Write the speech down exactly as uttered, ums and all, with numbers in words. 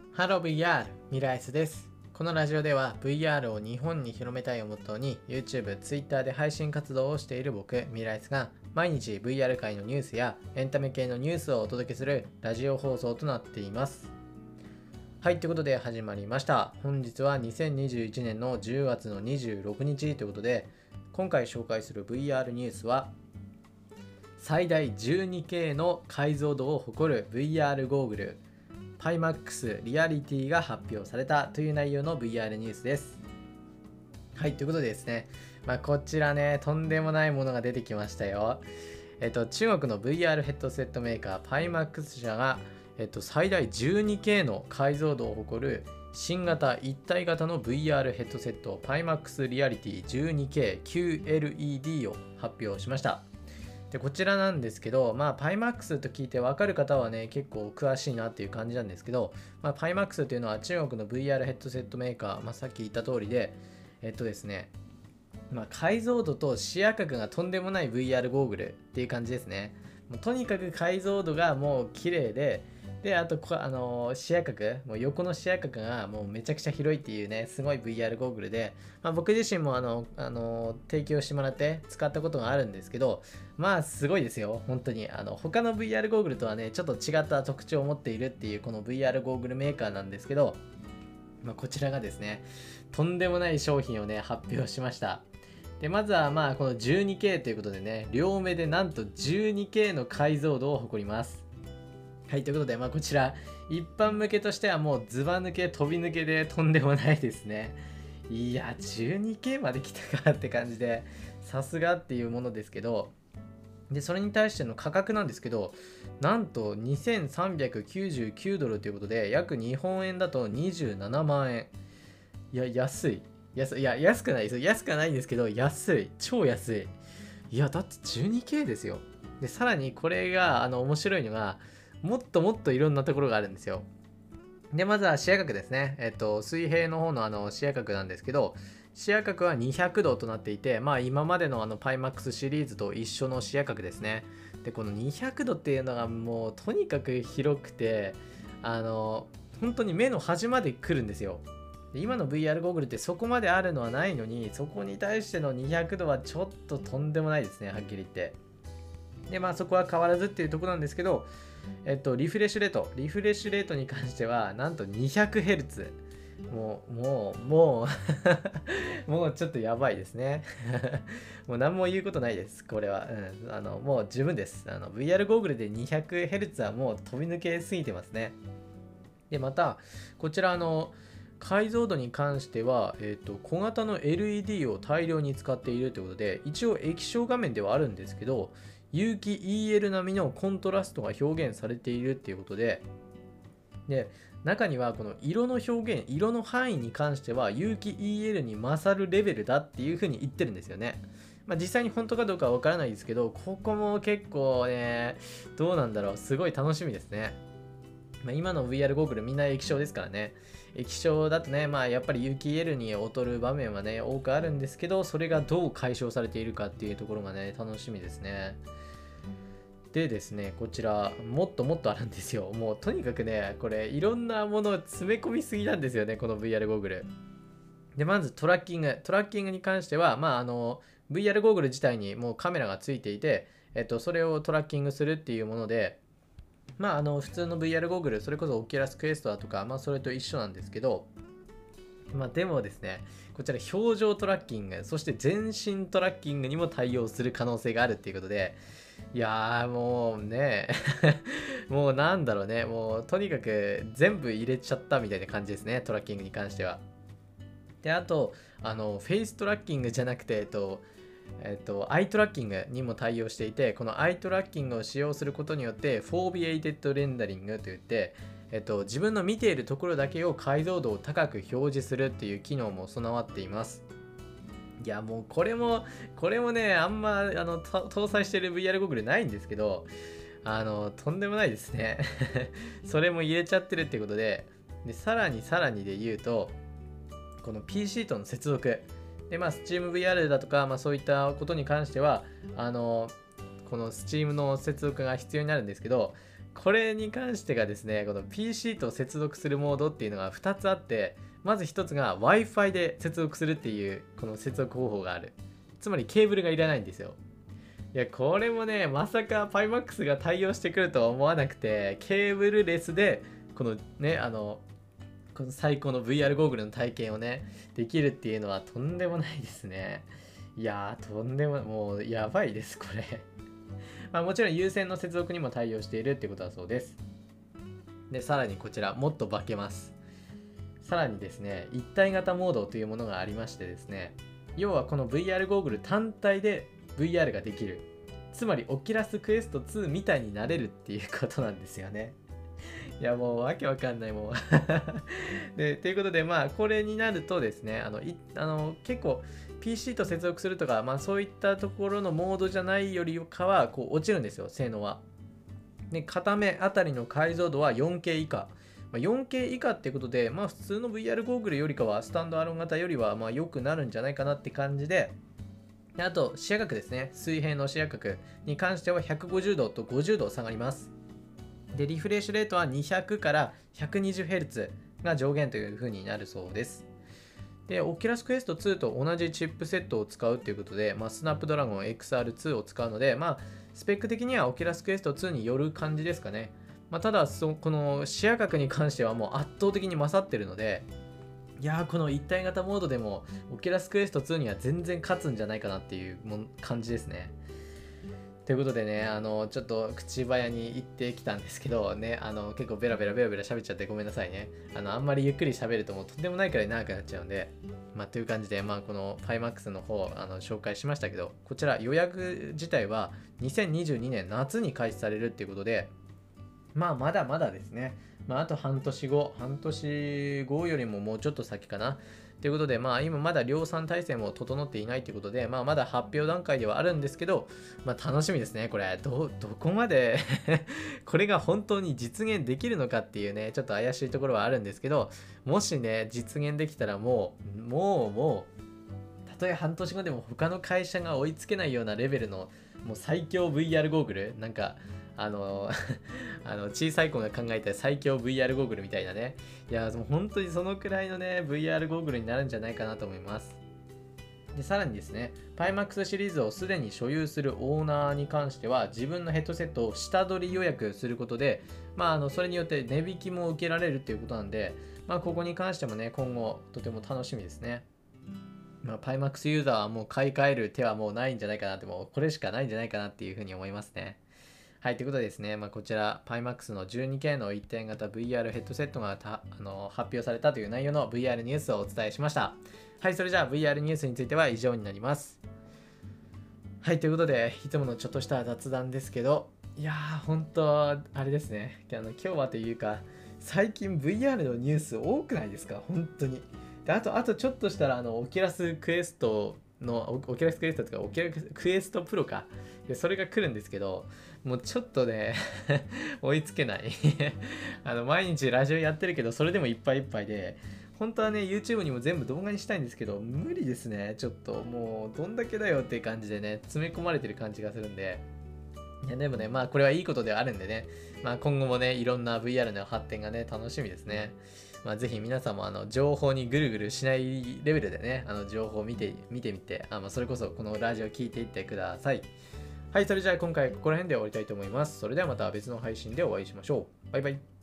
ハロー ブイアール ミライスです。このラジオでは ブイアール を日本に広めたいをモットーに YouTube、Twitter で配信活動をしている僕、ミライスが毎日 ブイアール 界のニュースやエンタメ系のニュースをお届けするラジオ放送となっています。はい、ということで始まりました。本日はにせんにじゅういちねんのじゅうがつのにじゅうろくにちということで、今回紹介する ブイアール ニュースは最大 じゅうにケー の解像度を誇る ブイアール ゴーグルパイマックス リアリティが発表されたという内容の ブイアール ニュースです。はい、ということでですね、まあ、こちらね、とんでもないものが出てきましたよ。えっと、中国の ブイアール ヘッドセットメーカーパイマックス社が、えっと、最大 じゅうにケー の解像度を誇る新型一体型の ブイアール ヘッドセットパイマックス リアリティ じゅうにケー キューエルイーディー を発表しました。でこちらなんですけど、まあ、パイマックスと聞いて分かる方はね、結構詳しいなっていう感じなんですけど、まあ、パイマックスというのは中国の ブイアール ヘッドセットメーカー、まあ、さっき言った通りで、えっとですね、まあ、解像度と視野角がとんでもない ブイアール ゴーグルっていう感じですね。もうとにかく解像度がもう綺麗で、で、あとこ、あのー視野角、もう横の視野角がもうめちゃくちゃ広いっていうね、すごい ブイアール ゴーグルで、まあ、僕自身もあの、あのー提供してもらって使ったことがあるんですけど、まあすごいですよ、本当に。あの、他の ブイアール ゴーグルとはね、ちょっと違った特徴を持っているっていうこの ブイアール ゴーグルメーカーなんですけど、まあ、こちらがですね、とんでもない商品をね、発表しました。で、まずはまあこの じゅうにケー ということでね、両目でなんと じゅうにケー の解像度を誇ります。はい、ということで、まあ、こちら、一般向けとしてはもうズバ抜け、飛び抜けでとんでもないですね。いや、じゅうにケー まで来たかって感じで、さすがっていうものですけど、で、それに対しての価格なんですけど、なんとにせんさんびゃくきゅうじゅうきゅうドルということで、約日本円だとにじゅうななまんえん。いや、安い。安い。いや、安くないです。安くはないんですけど、安い。超安い。いや、だって じゅうにケー ですよ。で、さらにこれが、あの、面白いのが、もっともっといろんなところがあるんですよ。で、まずは視野角ですね。えっと、水平の方のあの視野角なんですけど、視野角はにひゃくどとなっていて、まあ今までのあのパイマックスシリーズと一緒の視野角ですね。で、このにひゃくどっていうのがもうとにかく広くて、あの、本当に目の端まで来るんですよ。で今の ブイアール ゴーグルってそこまであるのはないのに、そこに対してのにひゃくどはちょっととんでもないですね、はっきり言って。で、まあそこは変わらずっていうところなんですけど、えっと、リフレッシュレート。リフレッシュレートに関しては、なんと にひゃくヘルツ。もう、もう、もうもうちょっとやばいですね。もう何も言うことないです、これは。うん。あの、もう十分です。あの、ブイアール ゴーグルで にひゃくヘルツ はもう飛び抜けすぎてますね。で、また、こちら、あの、解像度に関しては、えっと、小型の エルイーディー を大量に使っているということで、一応液晶画面ではあるんですけど、有機 イーエル 並みのコントラストが表現されているっていうことで、で、中にはこの色の表現、色の範囲に関しては有機 イーエル に勝るレベルだっていうふうに言ってるんですよね。まあ、実際に本当かどうかはわからないですけど、ここも結構ね、どうなんだろう、すごい楽しみですね。まあ、今の ブイアール ゴーグルみんな液晶ですからね。液晶だとね、まあやっぱり有機 イーエル に劣る場面はね、多くあるんですけど、それがどう解消されているかっていうところがね、楽しみですね。でですね、こちら、もっともっとあるんですよ。もうとにかくね、これ、いろんなものを詰め込みすぎなんですよね、この ブイアール ゴーグル。で、まずトラッキング。トラッキングに関しては、まあ、あの、ブイアール ゴーグル自体にもうカメラがついていて、えっと、それをトラッキングするっていうもので、まあ、あの、普通の ブイアール ゴーグル、それこそ オキュラスクエストだとか、まあ、それと一緒なんですけど、まあ、でもですね、こちら表情トラッキング、そして全身トラッキングにも対応する可能性があるっていうことで、いやーもうね、もうなんだろうね、もうとにかく全部入れちゃったみたいな感じですね、トラッキングに関しては。で、あと、あの、フェイストラッキングじゃなくて、えっと、えっと、アイトラッキングにも対応していて、このアイトラッキングを使用することによって、フォービエイテッドレンダリングといって、えっと、自分の見ているところだけを解像度を高く表示するっていう機能も備わっています。いや、もうこれも、これもね、あんま、あの、搭載してる ブイアール ゴーグルないんですけど、あの、とんでもないですね。それも入れちゃってるってことで、で、さらにさらにで言うと、この ピーシー との接続。で、まあ、SteamVR だとか、まあ、そういったことに関しては、あの、この Steam の接続が必要になるんですけど、 これに関してがですね、この ピーシー と接続するモードっていうのがふたつあって、まずひとつが Wi-Fi で接続するっていうこの接続方法がある。つまりケーブルがいらないんですよ。いや、これもね、まさか パイマックス が対応してくるとは思わなくて、ケーブルレスで、このね、あの、この最高の ブイアール ゴーグルの体験をね、できるっていうのはとんでもないですね。いやー、とんでも、もうやばいです、これ。まあもちろん有線の接続にも対応しているってことだそうです。で、さらにこちら、もっと化けます。さらにですね、一体型モードというものがありましてですね、要はこの ブイアール ゴーグル単体で ブイアール ができる。つまり、オキュラスクエストツーみたいになれるっていうことなんですよね。いや、もうわけわかんない、もう。で、ということで、まあ、これになるとですね、あの、いあの結構、ピーシー と接続するとか、まあ、そういったところのモードじゃないよりかは、こう、落ちるんですよ、性能は。で、片目あたりの解像度は よんケー 以下。まあ、よんケー 以下ってことで、まあ、普通の ブイアール ゴーグルよりかは、スタンドアロン型よりは、まあ、良くなるんじゃないかなって感じで、であと、視野角ですね。水平の視野角に関してはひゃくごじゅうどとごじゅうど下がります。で、リフレッシュレートはにひゃくから ひゃくにじゅうヘルツ が上限という風になるそうです。で、Oculus Quest ツーと同じチップセットを使うということで、まあ、スナップドラゴン エックスアールツー を使うので、まあ、スペック的には Oculus Quest ツーによる感じですかね。まあ、ただそ、この視野角に関してはもう圧倒的に勝ってるので、いやー、この一体型モードでも Oculus Quest ツーには全然勝つんじゃないかなっていう感じですね。ということでね、あの、ちょっと口早に言ってきたんですけど、ね、あの、結構ベラベラベラベラ喋っちゃってごめんなさいね。あの、あんまりゆっくり喋るともうとんでもないくらい長くなっちゃうんで、まあ、という感じで、まあ、この パイマックス の方、あの、紹介しましたけど、こちら予約自体はにせんにじゅうにねん夏に開始されるっていうことで、まあ、まだまだですね。まあ、あと半年後、半年後よりももうちょっと先かな。ということで、まあ、今まだ量産体制も整っていないということで、まあ、まだ発表段階ではあるんですけど、まあ、楽しみですね、これ。ど、どこまでこれが本当に実現できるのかっていうね、ちょっと怪しいところはあるんですけど、もしね、実現できたらもう、もう、もう、たとえ半年後でも他の会社が追いつけないようなレベルの、もう最強 ブイアール ゴーグル、なんか、あのあの小さい子が考えた最強 ブイアール ゴーグルみたいなね。いや、もう本当にそのくらいのね、ブイアール ゴーグルになるんじゃないかなと思います。で、さらにですね、パイマックス シリーズをすでに所有するオーナーに関しては、自分のヘッドセットを下取り予約することで、まあ、あのそれによって値引きも受けられるっていうことなんで、まあ、ここに関してもね、今後とても楽しみですね。まあ、パイマックス ユーザーはもう買い替える手はもうないんじゃないかなって、もうこれしかないんじゃないかなっていうふうに思いますね。はい、ということでですね、まあ、こちら パイマックス の じゅうにケー の一点型 ブイアール ヘッドセットがたあの発表されたという内容の ブイアール ニュースをお伝えしました。はい、それじゃあ ブイアール ニュースについては以上になります。はい、ということで、いつものちょっとした雑談ですけど、いやー、本当あれですね、あの今日はというか、最近 ブイアール のニュース多くないですか、本当に。で、あと、あとちょっとしたら、あの、オキュラスクエストの、オキュラスクエストとか、オキュラスクエストプロか。で、それが来るんですけど、もうちょっとね追いつけないあの、毎日ラジオやってるけど、それでもいっぱいいっぱいで、本当はね、YouTube にも全部動画にしたいんですけど、無理ですね。ちょっと、もう、どんだけだよっていう感じでね、詰め込まれてる感じがするんで、いやでもね、まあこれはいいことではあるんでね、まあ今後もね、いろんな ブイアール の発展がね、楽しみですね。まあぜひ皆さんもあの情報にぐるぐるしないレベルでね、あの情報を見て、見てみて、あまあそれこそこのラジオ聞いていってください。はい、それじゃあ今回ここら辺で終わりたいと思います。それではまた別の配信でお会いしましょう。バイバイ。